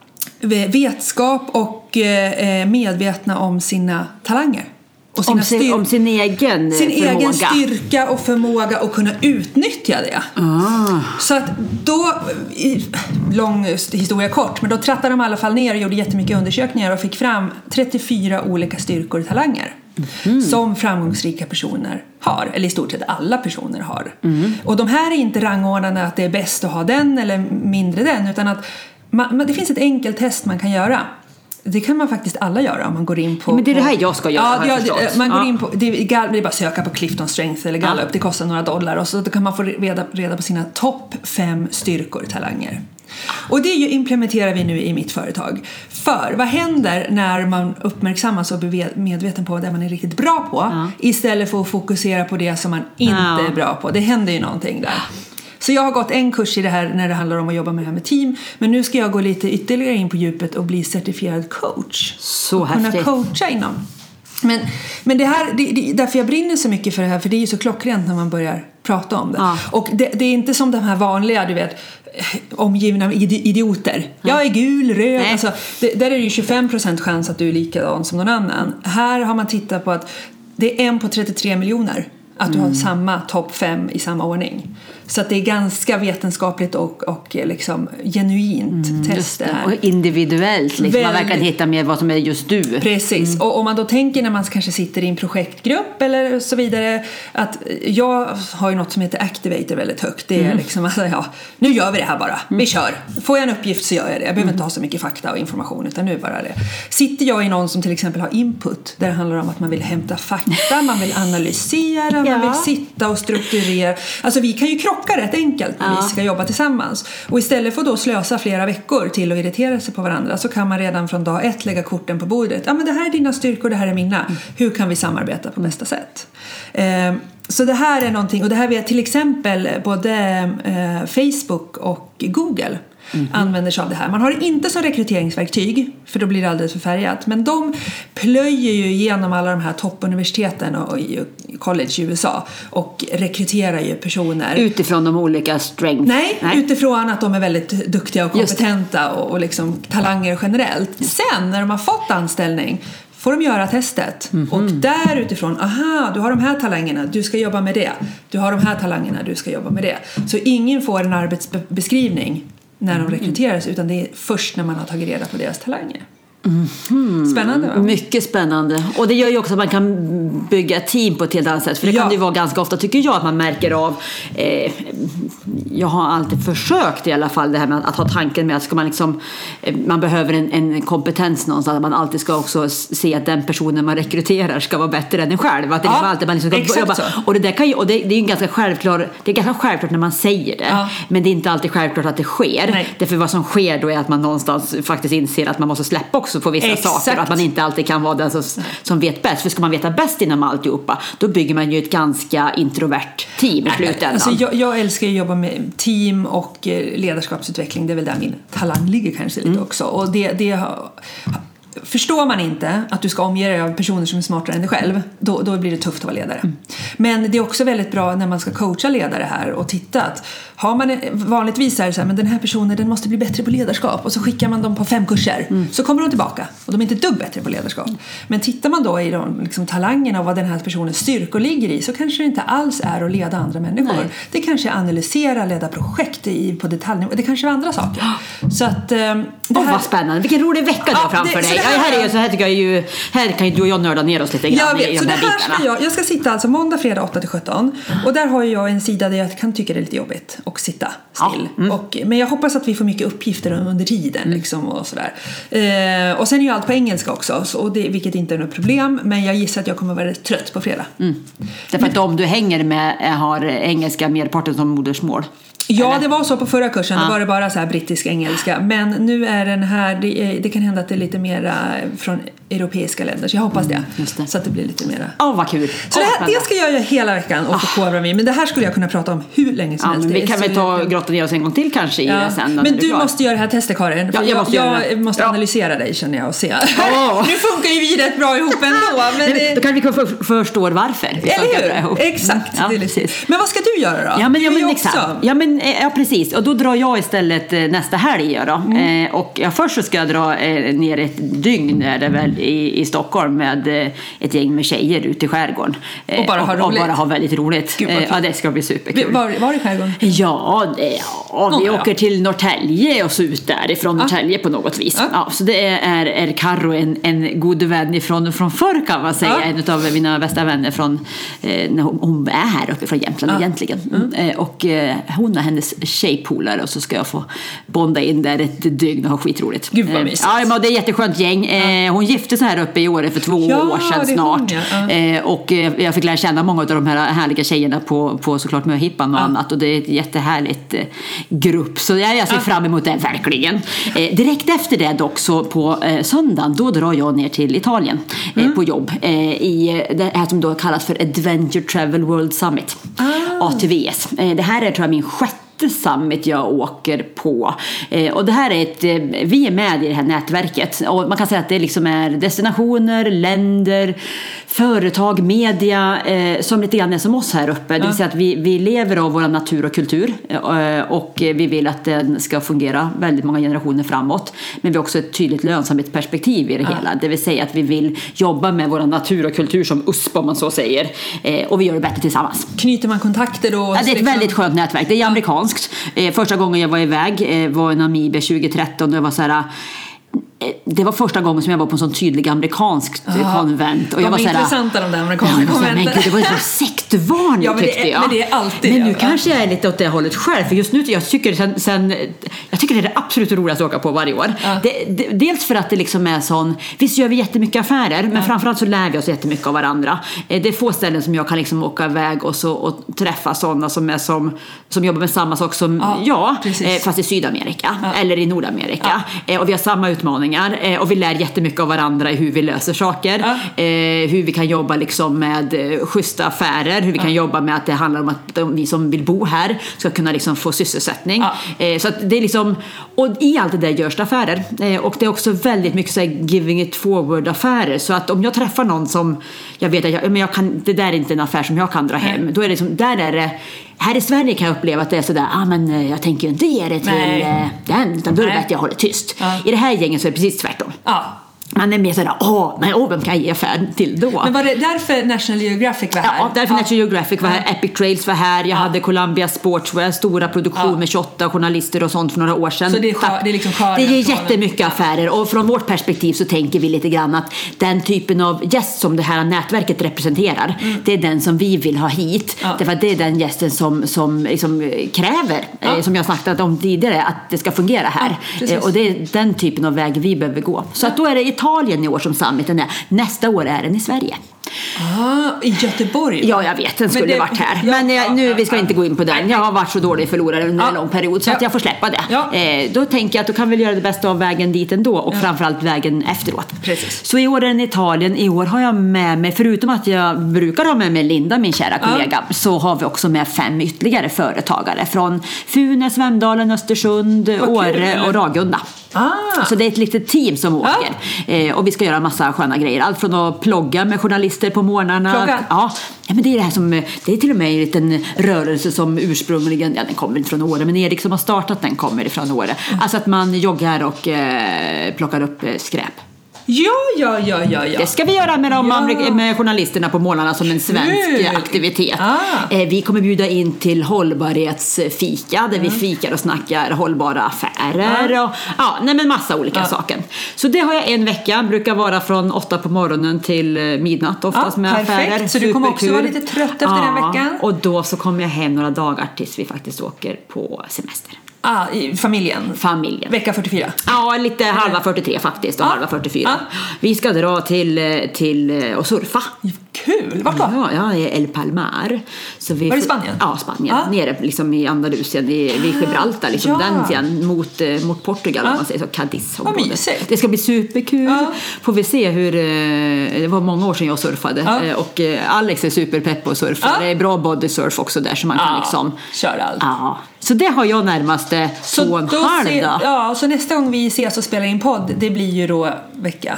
vetskap och eh, medvetna om sina talanger. Och sina Om sin, styr- om sin egen sin förmåga. egen styrka och förmåga att kunna utnyttja det. Ah. Så att då, i, lång historia kort, men då trattade de i alla fall ner och gjorde jättemycket undersökningar och fick fram trettiofyra olika styrkor och talanger mm. som framgångsrika personer har, eller i stort sett alla personer har. Mm. Och de här är inte rangordnade att det är bäst att ha den eller mindre den, utan att man, det finns ett enkelt test man kan göra. Det kan man faktiskt alla göra om man går in på... Ja, men det är det här jag ska göra, Ja, har jag ja förstått. man går Ja. in på... Det är, det är bara att söka på Clifton Strength eller Gallup. Ja. Det kostar några dollar. Och så då kan man få reda, reda på sina topp fem styrkor och talanger. Och det implementerar vi nu i mitt företag. För vad händer när man uppmärksammas och blir medveten på det man är riktigt bra på, ja. istället för att fokusera på det som man inte ja. är bra på? Det händer ju någonting där. Så jag har gått en kurs i det här när det handlar om att jobba med det här med team. Men nu ska jag gå lite ytterligare in på djupet och bli certifierad coach. Så och häftigt. Kunna coacha inom. Men, men det här, det, det, därför jag brinner så mycket för det här. För det är ju så klockrent när man börjar prata om det. Ja. Och det, det är inte som de här vanliga, du vet, omgivna idioter. Mm. Jag är gul, röd. Alltså, det, där är det ju tjugofem procent chans att du är likadan som någon annan. Här har man tittat på att det är en på trettiotre miljoner. Att du mm. har samma topp fem i samma ordning. Så att det är ganska vetenskapligt och, och liksom genuint mm, test det här. Och individuellt. Liksom. Man verkar hitta med vad som är just du. Precis. Mm. Och om man då tänker när man kanske sitter i en projektgrupp eller så vidare. Att jag har ju något som heter Activator väldigt högt. Det är mm. liksom alltså, ja, nu gör vi det här bara. Mm. Vi kör. Får jag en uppgift så gör jag det. Jag behöver mm. inte ha så mycket fakta och information utan nu bara det. Sitter jag i någon som till exempel har input. Där det handlar om att man vill hämta fakta. Man vill analysera. Ja. Man vill sitta och strukturera. Alltså vi kan ju krocka rätt enkelt när ja. vi ska jobba tillsammans. Och istället för att då slösa flera veckor till att irritera sig på varandra så kan man redan från dag ett lägga korten på bordet. Ja men det här är dina styrkor, det här är mina. Mm. Hur kan vi samarbeta på bästa sätt? Eh, så det här är någonting, och det här vet till exempel både eh, Facebook och Google. Mm-hmm. använder sig av det här. Man har det inte som rekryteringsverktyg för då blir det alldeles för färgat. Men de plöjer ju igenom alla de här toppuniversiteten och, och college i U S A och rekryterar ju personer. Utifrån de olika strengths? Nej, Nej. utifrån att de är väldigt duktiga och kompetenta och, och liksom talanger generellt. Sen när de har fått anställning får de göra testet. Mm-hmm. Och där utifrån, aha, du har de här talangerna, du ska jobba med det. Du har de här talangerna, du ska jobba med det. Så ingen får en arbetsbeskrivning när de rekryteras, utan det är först när man har tagit reda på deras talanger. Mm-hmm. Spännande va? Mycket spännande. Och det gör ju också att man kan bygga team på ett helt annat sätt. För det ja. kan det ju vara ganska ofta, tycker jag, att man märker av eh, jag har alltid försökt i alla fall det här med att ha tanken med att ska man liksom eh, man behöver en, en kompetens någonstans, att man alltid ska också se att den personen man rekryterar ska vara bättre än en själv. Att det ja, alltid man liksom ska jobba. Och det där kan ju, och det, det är ju ganska självklart, det är ganska självklart när man säger det. Ja. Men det är inte alltid självklart att det sker. Nej. Därför vad som sker då är att man någonstans faktiskt inser att man måste släppa också på vissa Exakt. saker. Att man inte alltid kan vara den som, som vet bäst. För ska man veta bäst inom alltihopa, då bygger man ju ett ganska introvert team i slutändan. Alltså jag, jag älskar att jobba med team och ledarskapsutveckling. Det är väl där min talang ligger kanske lite mm. också. Och det, det har... Förstår man inte att du ska omge dig av personer som är smartare än dig själv, då, då blir det tufft att vara ledare. Mm. Men det är också väldigt bra när man ska coacha ledare här och titta att har man vanligtvis är det så här, men den här personen den måste bli bättre på ledarskap och så skickar man dem på fem kurser mm. så kommer de tillbaka och de är inte dugg bättre på ledarskap. Mm. Men tittar man då i de liksom, talangerna och vad den här personens styrkor ligger i, så kanske det inte alls är att leda andra människor. Nej. Det kanske är analysera, leda projekt i, på detaljnivå. Det kanske är andra saker. Så att, eh, det oh, här... vad spännande. Vilken rolig vecka du ja, har framför det, dig. Ja, här, är ju, så här, tycker jag ju, här kan ju du och jag nörda ner oss lite grann. Jag vet, i så de det här här ska jag, jag ska sitta alltså måndag, fredag åtta till sjutton. Och där har jag en sida där jag kan tycka det är lite jobbigt att sitta still. Ja. Mm. Och, men jag hoppas att vi får mycket uppgifter under tiden. Mm. Liksom, och, sådär. Eh, och sen är ju allt på engelska också. Så, och det, vilket inte är något problem. Men jag gissar att jag kommer vara väldigt trött på fredag. Mm. Därför att de du hänger med har engelska merparten som modersmål. Ja, Eller? det var så på förra kursen. Ja. Då var det bara så här brittisk engelska. Men nu är den här, det, det kan hända att det är lite mera från europeiska länder. Så jag hoppas det. Mm, det. Så att det blir lite mera. Åh, oh, vad kul. Så oh, det, här, det ska jag göra hela veckan och få kåra mig. Men det här skulle jag kunna prata om hur länge som ja, helst. Men vi kan väl ta och grotta ner oss en gång till kanske i ja. det sen. Men du måste göra det här testet, Karin. Ja, jag måste, jag, jag måste ja. analysera dig, känner jag, och se. Oh. Nu funkar ju vi rätt bra ihop ändå. Men det... Då kan vi för, förstå varför. Eller hur? Exakt. Ja, det är lite... Men vad ska du göra då? Ja, men, ja, men, exakt. Ja, men, ja, precis. Och då drar jag istället nästa helg då. Mm. Eh, och ja, först så ska jag dra eh, ner ett dygn är det väl i, i Stockholm med eh, ett gäng med tjejer ute i skärgården. Eh, och bara ha och, roligt. Och bara ha väldigt roligt. Eh, ja, det ska bli superkul. Var, var i skärgården? Ja, det, ja vi oh, åker ja. till Norrtälje och så ut därifrån ah. Norrtälje på något vis. Ah. Ja, så det är, är Karo en, en god vän ifrån, från förr kan man säga. Ah. En av mina bästa vänner från, eh, när hon, hon är här uppe från Jämtland ah. egentligen. Mm. Eh, och eh, hon är hennes tjejpolare och så ska jag få bonda in där ett dygn och ha skitroligt. Gud vad mysigt. Ja, men det är ett jätteskönt gäng. Ja. Hon, stiftelse här uppe i Åre för två Ja, år sedan det snart. hon, ja. eh, och eh, jag fick lära känna många av de här härliga tjejerna på, på såklart Möhippan och Ja. annat, och det är ett jättehärligt eh, grupp, så jag, jag ser Ja. fram emot det verkligen. eh, direkt efter det dock, så på eh, söndagen då drar jag ner till Italien eh, Mm. på jobb eh, i det här som då kallas för Adventure Travel World Summit, Ah. A T V S. eh, det här är tror jag min sjätte summit jag åker på. Eh, och det här är ett, eh, vi är med i det här nätverket, och man kan säga att det liksom är destinationer, länder, företag, media eh, som lite grann är som oss här uppe. Det vill säga att vi, vi lever av vår natur och kultur, eh, och vi vill att den ska fungera väldigt många generationer framåt. Men vi har också ett tydligt lönsamhetsperspektiv i det Ja. hela. Det vill säga att vi vill jobba med vår natur och kultur som U S P, om man så säger. Eh, och vi gör det bättre tillsammans. Knyter man kontakter då? Ja, det är ett liksom- väldigt skönt nätverk. Det är amerikanskt. Eh, första gången jag var iväg eh, var i Namibia tjugo-tretton, och jag var så här, eh, det var första gången som jag var på en sån tydlig amerikansk Ja. konvent. Och De jag var är så här, intressanta, de där amerikanska ja, men, konventen. men gud, det var ju så sektvarning, Ja, men det är- tyckte jag. men det är alltid Men det, nu va? kanske jag är lite åt det hållet själv. För just nu, jag tycker, sen, sen, jag tycker det är det absolut roligaste att åka på varje år. Ja. Det, det, dels för att det liksom är sån, visst gör vi jättemycket affärer, men framförallt så lär vi oss jättemycket av varandra. Eh, Det är få ställen som jag kan liksom åka iväg och, så, och träffa sådana som, är som, som jobbar med samma sak som Ja, jag, precis. eh, fast i Sydamerika Ja. eller i Nordamerika. Eh, och vi har samma utmaningar, eh, och vi lär jättemycket av varandra i hur vi löser saker, Ja. eh, hur vi kan jobba liksom med eh, schyssta affärer, hur vi kan jobba med att det handlar om att de, vi som vill bo här ska kunna liksom få sysselsättning. Ja. Eh, så att det är liksom, och i allt det där görs det affärer, eh, och det är också väldigt mycket så här giving it forward affärer, så att om jag träffar någon som jag vet att jag, men jag kan, det där är inte en affär som jag kan dra hem, Nej. då är det liksom, där är det, här i Sverige kan jag uppleva att det är sådär, ah, men eh, jag tänker ju inte ge det till Nej. eh, den, utan då är det Nej. bättre att jag håller tyst. Ja. I det här gänget så är det precis tvärtom. Ja. Man är mer sådär, åh, men åh, vem kan jag ge affär till då? Men var det därför National Geographic var här? Ja, därför National Geographic var här, Epic Trails var här, jag hade Columbia Sportswear, stora produktion Ja. med tjugoåtta journalister och sånt för några år sedan. Så det är skör- det är liksom skörden Det ger från- jättemycket affärer, och från vårt perspektiv så tänker vi lite grann att den typen av gäst som det här nätverket representerar, det är den som vi vill ha hit. Ja. Därför att det är den gästen som, som liksom kräver, Ja. eh, som jag sagt om tidigare, att det ska fungera här. Ja, precis. Eh, och det är den typen av väg vi behöver gå. Så att då är det Italien i år som summiten är. Nästa år är den i Sverige. Ah, i Göteborg? Ja, jag vet, den skulle det- varit här. ja, Men eh, ja, nu, ja, vi ska ja. inte gå in på den. Nej, Jag har varit så dålig förlorare under Ja. en lång period, så Ja. att jag får släppa det. Ja. Eh, då tänker jag att då kan vi göra det bästa av vägen dit ändå, och framförallt vägen efteråt. Precis. Så i år är den Italien. I år har jag med mig, förutom att jag brukar ha med mig Linda, min kära Ja. kollega, så har vi också med fem ytterligare företagare från Funäs, Vemdalen, Östersund, Vad Åre kul. och Ragunda. Ah. Så det är ett litet team som åker. Eh, och vi ska göra massa sköna grejer. Allt från att plogga med journalister på morgnarna. Plogga? Ja, ja, men det är det här som, det är till och med en liten rörelse som ursprungligen, ja, den kommer inte från Åre, men Erik som har startat den kommer ifrån Åre. Alltså att man joggar och eh, plockar upp eh, skräp. Ja, ja, ja, ja, ja. Det ska vi göra med, de Ja. amerik- med journalisterna på morgnarna som en svensk Kul. aktivitet. Ah. Eh, vi kommer bjuda in till hållbarhetsfika där vi fikar och snackar hållbara affärer. Ah. Och, ja, nej, men massa olika Ah. saker. Så det har jag en vecka, brukar vara från åtta på morgonen till eh, midnatt oftast Ja, med perfekt. affärer. Så du kommer också Superkul. vara lite trött efter den veckan? Och då så kommer jag hem några dagar tills vi faktiskt åker på semester. Ah, i familjen? Familjen. Vecka fyrtiofyra? Ja, lite halva fyrtiotre faktiskt och Ja. halva fyrtiofyra. Ja. Vi ska dra till, till och surfa. Kul! Vart då? Ja, ja, i El Palmar. Så vi Var det i Spanien? Ja, Spanien. Ja. Nere liksom i Andalusien, i, vid Gibraltar, liksom Ja. den sidan, mot, eh, mot Portugal, Ja. om man säger så, Cadiz. Vad mysigt. Det ska bli superkul. Ja. Får vi se hur, eh, det var många år sedan jag surfade. Ja. Eh, och eh, Alex är superpepp på att surfa. Ja. Det är bra bodysurf också där, så man kan Ja, liksom... kör allt. Ja. Så det har jag närmaste två och en då halv se- dag. Ja, så nästa gång vi ses och spelar in podd, det blir ju då vecka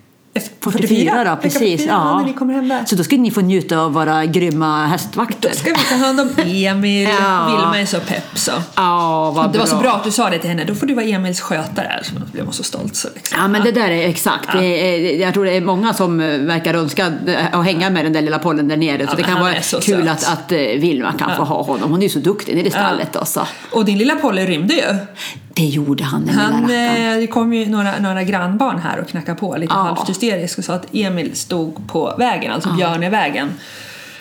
fyrtiofyra då, precis. Vecka fyrtiofyra, Ja. när ni kommer hem där. Så då ska ni få njuta av våra grymma hästvakter. Då ska vi ta hand om Emil. Ja. Vilma är så pepp så. Ja, vad Det bra. var så bra att du sa det till henne. Då får du vara Emils skötare. Så blev man så stolt. Så liksom. Ja, men det där är exakt. Ja. Det är, jag tror det är många som verkar önska att hänga med den där lilla pollen där nere. Ja, så det men kan han vara är så kul söt. att, att eh, Vilma kan Ja. få ha honom. Hon är ju så duktig i det stallet. Ja. Också. Och din lilla Polly rymde ju. Det gjorde han, den Han, lilla rackaren. eh, det kom ju några, några grannbarn här och knackade på lite Ja. halvt hysteriskt och sa att Emil stod på vägen, alltså Björnevägen.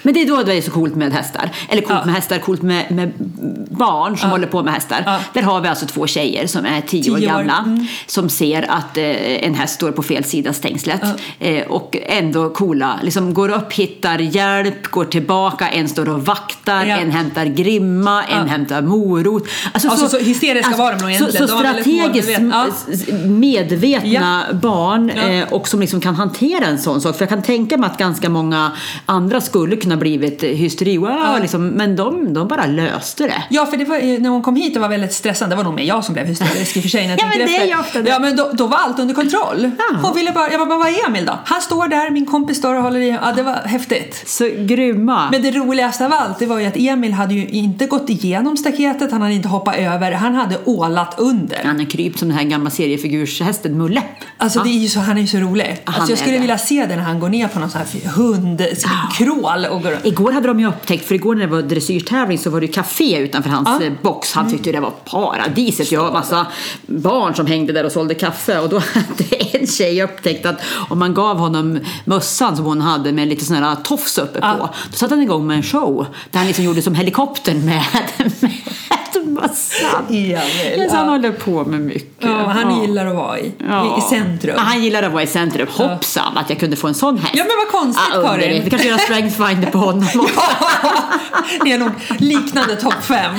Men det är då det är så coolt med hästar. Eller coolt Ja. med hästar, coolt med, med barn som Ja. håller på med hästar. Ja. Där har vi alltså två tjejer som är tio, Tio år år. gamla. Mm. Som ser att eh, en häst står på fel sida stängslet. Ja. Eh, och ändå coola. Liksom går upp, hittar hjälp, går tillbaka. En står och vaktar, Ja. en hämtar grimma, en Ja. hämtar morot. Alltså, Alltså, så hysteriska var de nog så, egentligen. så De var väldigt strategiskt målmedvetna. Ja. medvetna barn Ja. eh, och som liksom kan hantera en sån sak. För jag kan tänka mig att ganska många andra skulle kunna blivit hysteri. Wow, Ja. liksom, men de, de bara löste det. Ja, för det var, när hon kom hit och var väldigt stressande, det var nog med jag som blev hysterisk i och för sig när jag Ja, tänkte men det är efter. ju ofta det. Ja, men då, då var allt under kontroll. Ja. Hon ville bara, jag bara, vad är Emil då? Han står där, min kompis står och håller i. Ja, det var häftigt. Så grymma. Men det roligaste av allt, det var ju att Emil hade ju inte gått igenom staketet, han hade inte hoppat över, han hade ålat under. Han är kryp som den här gamla seriefigurshästen Mulle. Alltså Ja. det är ju så, han är ju så rolig. Han Alltså jag är skulle det. vilja se det när han går ner på någon sån här hundkrål och går. Igår hade de ju upptäckt, för igår när det var dressyrtävling så var det ju café utanför hans Ja. eh, box. Han tyckte det var paradiset. Jag har en massa barn som hängde där och sålde kaffe. Och då hade en tjej upptäckt att om man gav honom mössan som hon hade med lite sån här tofs uppe på, Ja. då satte han igång med en show där han liksom gjorde som helikoptern med, med mössan. Emil. Så han Ja. håller på med mycket. Ja, han Ja. gillar att vara i, Ja. i centrum. Ja, han gillar att vara i centrum. Hoppsan att jag kunde få en sån häst. Ja, men vad konstigt, Ja, Karin. underligt. Vi kanske gör strength finder på honom också. Det är nog liknande topp fem.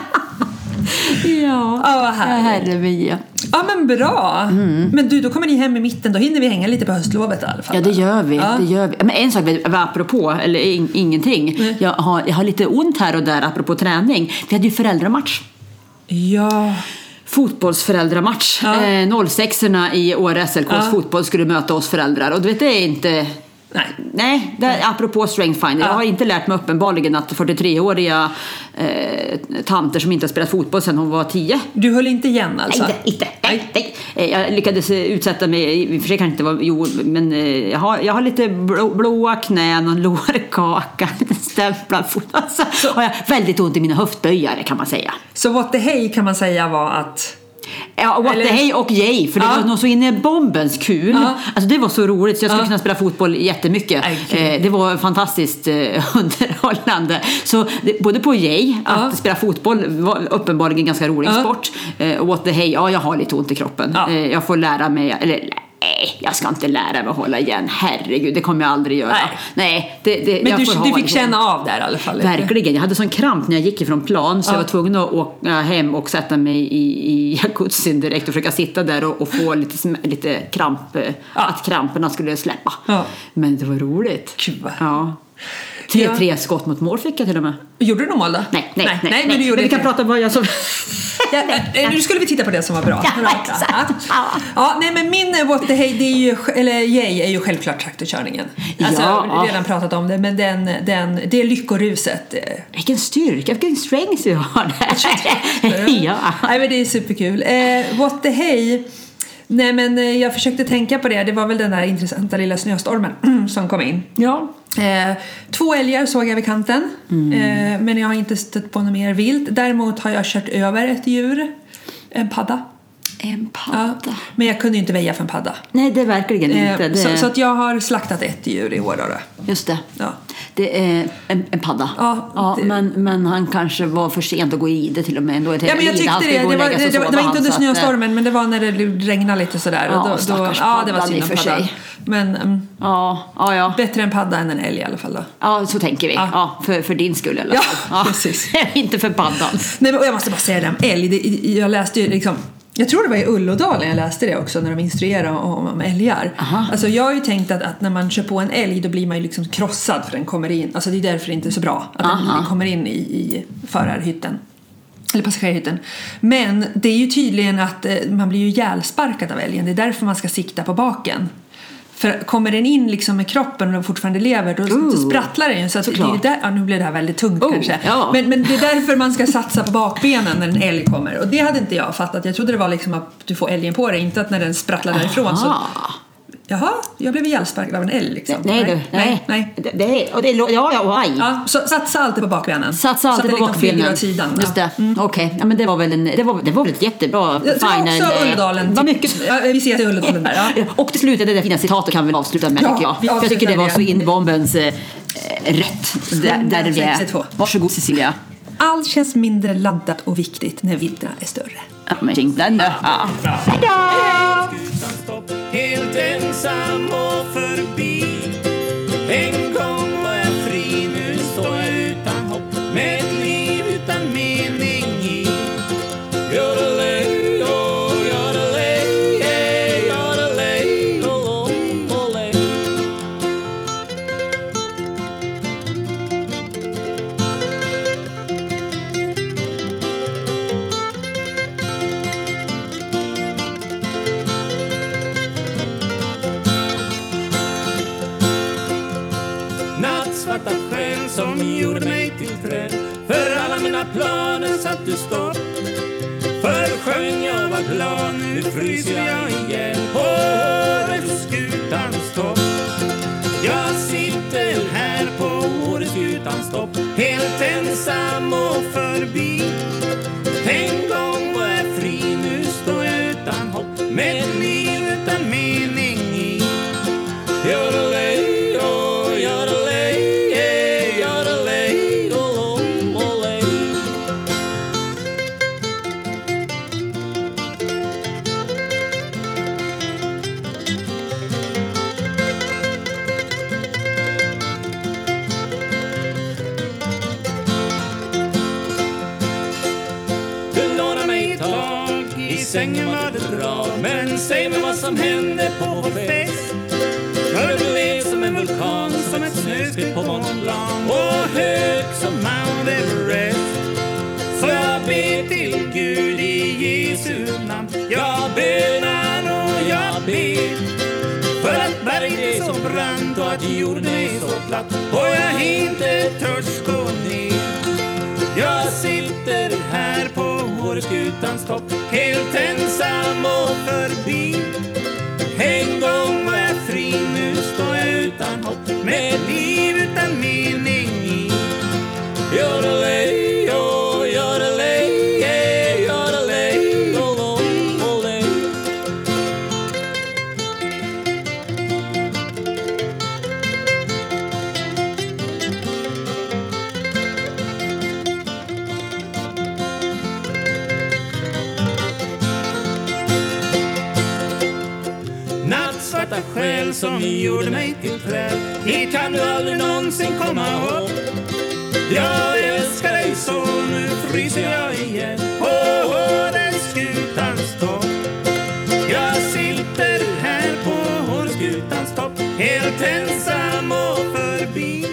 Ja, Ja, vad härligt. herre Mia. Ja, men bra. Men du, då kommer ni hem i mitten. Då hinner vi hänga lite på höstlovet i alla fall. Ja, det gör vi. Ja. Det gör vi. Men en sak var apropå, eller in, ingenting. Nej. Jag har, jag har lite ont här och där apropå träning. Vi hade ju föräldramatch. Ja. Fotbollsföräldramatch. Ja. Eh, noll sex-orna i Åre S L K:s Ja. fotboll skulle möta oss föräldrar. Och du vet, det är inte... Nej. Nej, det är, apropå strength finder. Jag Ja. har inte lärt mig uppenbarligen att fyrtiotre-åriga eh, tanter som inte har spelat fotboll sedan hon var tio. Du höll inte igen alltså? Nej, inte, inte. Nej, nej. Eh, Jag lyckades eh, utsätta mig, i och för sig kanske inte var, jo, men eh, jag har, jag har lite blå, blåa knän och en lårkaka, lite stämplad fot. Alltså, så har jag väldigt ont i mina höftböjare kan man säga. Så what the hey kan man säga var att... Ja, what Eller- the hey och yay, för det Ja. var nog så inne i bombens kul. Ja. Alltså det var så roligt så jag skulle Ja. kunna spela fotboll jättemycket. Aj, kul. Eh, det var fantastiskt eh, underhållande. Så det, både på yay, att Ja. spela fotboll var uppenbarligen en ganska rolig Ja. sport. Eh, och what the hey, ja jag har lite ont i kroppen. Ja. Eh, jag får lära mig, eller nej, jag ska inte lära mig att hålla igen. Herregud, det kommer jag aldrig göra. Nej. Nej, det, det, Men jag du, får ha du fick liksom- känna av där i alla fall. Verkligen, jag hade sån kramp när jag gick ifrån plan så Ja. jag var tvungen att åka hem och sätta mig i, i jacuzzin direkt och försöka sitta där och, och få lite, sm- lite kramp, eh, Ja. att kramperna skulle släppa. Ja. Men det var roligt. Gud, vad- Ja. Tre, tre skott mot mål fick jag till och med. Gjorde du något mål då? Nej, nej, nej. nej, men du gjorde vi kan inte. prata om vad jag som... Ja, eh, nu skulle vi titta på det som var bra. Ja, Bra. exakt. Ja. Ja, nej, men min eh, what the hey, det är ju, eller yay är ju självklart traktorkörningen. Alltså, Ja. jag har redan pratat om det, men den, den, det är lyckoruset. eh. Vilken styrka, vilken strength jag har där. Ja. Nej, men det är superkul. Eh, what the hey. Nej, men eh, jag försökte tänka på det. Det var väl den där intressanta lilla snöstormen som kom in. Ja. Eh, två älgar såg jag vid kanten. Mm. Eh, men jag har inte stött på något mer vilt. Däremot har jag kört över ett djur. En padda. En Ja. padda. Men jag kunde ju inte väja för en padda. Nej, det är verkligen Eh, inte. Det... så, så att jag har slaktat ett djur i år då. då. Just det. Ja. Det är en, en padda. Ja, ja, det- men, men han kanske var för sent att gå i det till och med. Ändå ett Ja, men jag rida. Han tyckte skulle det. gå Det och var, lägga sig det, och det var sova, inte under så att, eh, snöstormen, men det var när det regnade lite sådär. Ja, Och då, då, stackars ja, det var paddan synd i om och för paddan. sig. Men um, Ja, ja, ja. bättre en padda än en älg i alla fall då. Ja, så tänker vi. Ja. Ja. för, för din skull i alla Ja, fall. precis. Inte för paddan. Nej, men och jag måste bara säga det om älg. Det, jag läste ju liksom... Jag tror det var i Ullådalen jag läste det också när de instruerade om, om älgar. Aha. Alltså jag har ju tänkt att, att när man kör på en älg då blir man ju liksom krossad för den kommer in. Alltså det är därför det inte är så bra att den, Aha. den kommer in i, i förarhytten. Eller passagerarhytten. Men det är ju tydligen att eh, man blir ju ihjälsparkad av älgen. Det är därför man ska sikta på baken. För kommer den in liksom med kroppen och fortfarande lever då, Ooh. då sprattlar den ju. Så att det är ju Såklart. där, ja, nu blir det här väldigt tungt Oh, kanske. ja. Men, men det är därför man ska satsa på bakbenen när en älg kommer. Och det hade inte jag fattat. Jag trodde det var liksom att du får älgen på dig. Inte att när den sprattlar därifrån så Aha. Jaha, jag blev ihjälsparkad av en älg liksom. Nej, du, nej. nej, nej. Det, det, och det, ja, ja, och aj. Ja, så satsa alltid på bakbenen. Satsa alltid så på bakbenen. Åt sidan. Just det. Mm. Okej, okay. Ja, men det var väl en, det var, det var väl ett jättebra det var final. också Ulledalen. Var mycket. Ja, vi ser till Ulledalen där. Ja. Och till slut, det där fina citatet kan vi avsluta med, ja, tycker jag. Vi jag tycker det var så in i bombens eh, rätt. Där, där det är. Varsågod, Cecilia. Allt känns mindre laddat och viktigt när vidderna är större. Ja, men kring den. Ja. Hejdå! Helt ensam och förbi. En gång var jag fri, nu står jag utan hopp. Med ett liv utan mening i. Yodelay, oh, yodelay, hey, yodelay, oh, oh, olay. Nattsvarta sken som gjorde mig till träd. För alla mina planer satt du stopp. För sjöng jag var glad, nu fryser jag igen på Åreskutans topp. Jag sitter här på Åreskutans topp, helt ensam och förbi. En gång var jag fri, nu står jag utan hopp. Med ett liv utan mening i. Yodelay, oh, yodelay, hey, yodelay, oh, oh, olay. Du lånar mig ett tag, i sängen var det bra. Men säg mig vad som hände på vår fest. För du blev som en vulkan, som ett snöskred på Mont Blanc och hög som Mount Everest. Så jag ber till Gud i Jesu namn. Jag bönar och jag ber för att berget är så brant och att jorden är så platt och jag inte törs gå ner. Jag sitter här på Åreskutans topp, helt ensam och förbi. En gång var jag fri, nu står jag utan hopp. Med ett liv utan mening i. Yodelay, oh, yodelay, hey, yodelay, oh, oh, olay. Nattsvarta själ som gjorde mig till träd. Hit kan du aldrig någonsin komma upp. Jag älskar dig så, nu fryser jag igen på Åreskutans topp. Jag sitter här på Åreskutans topp, helt ensam och förbi.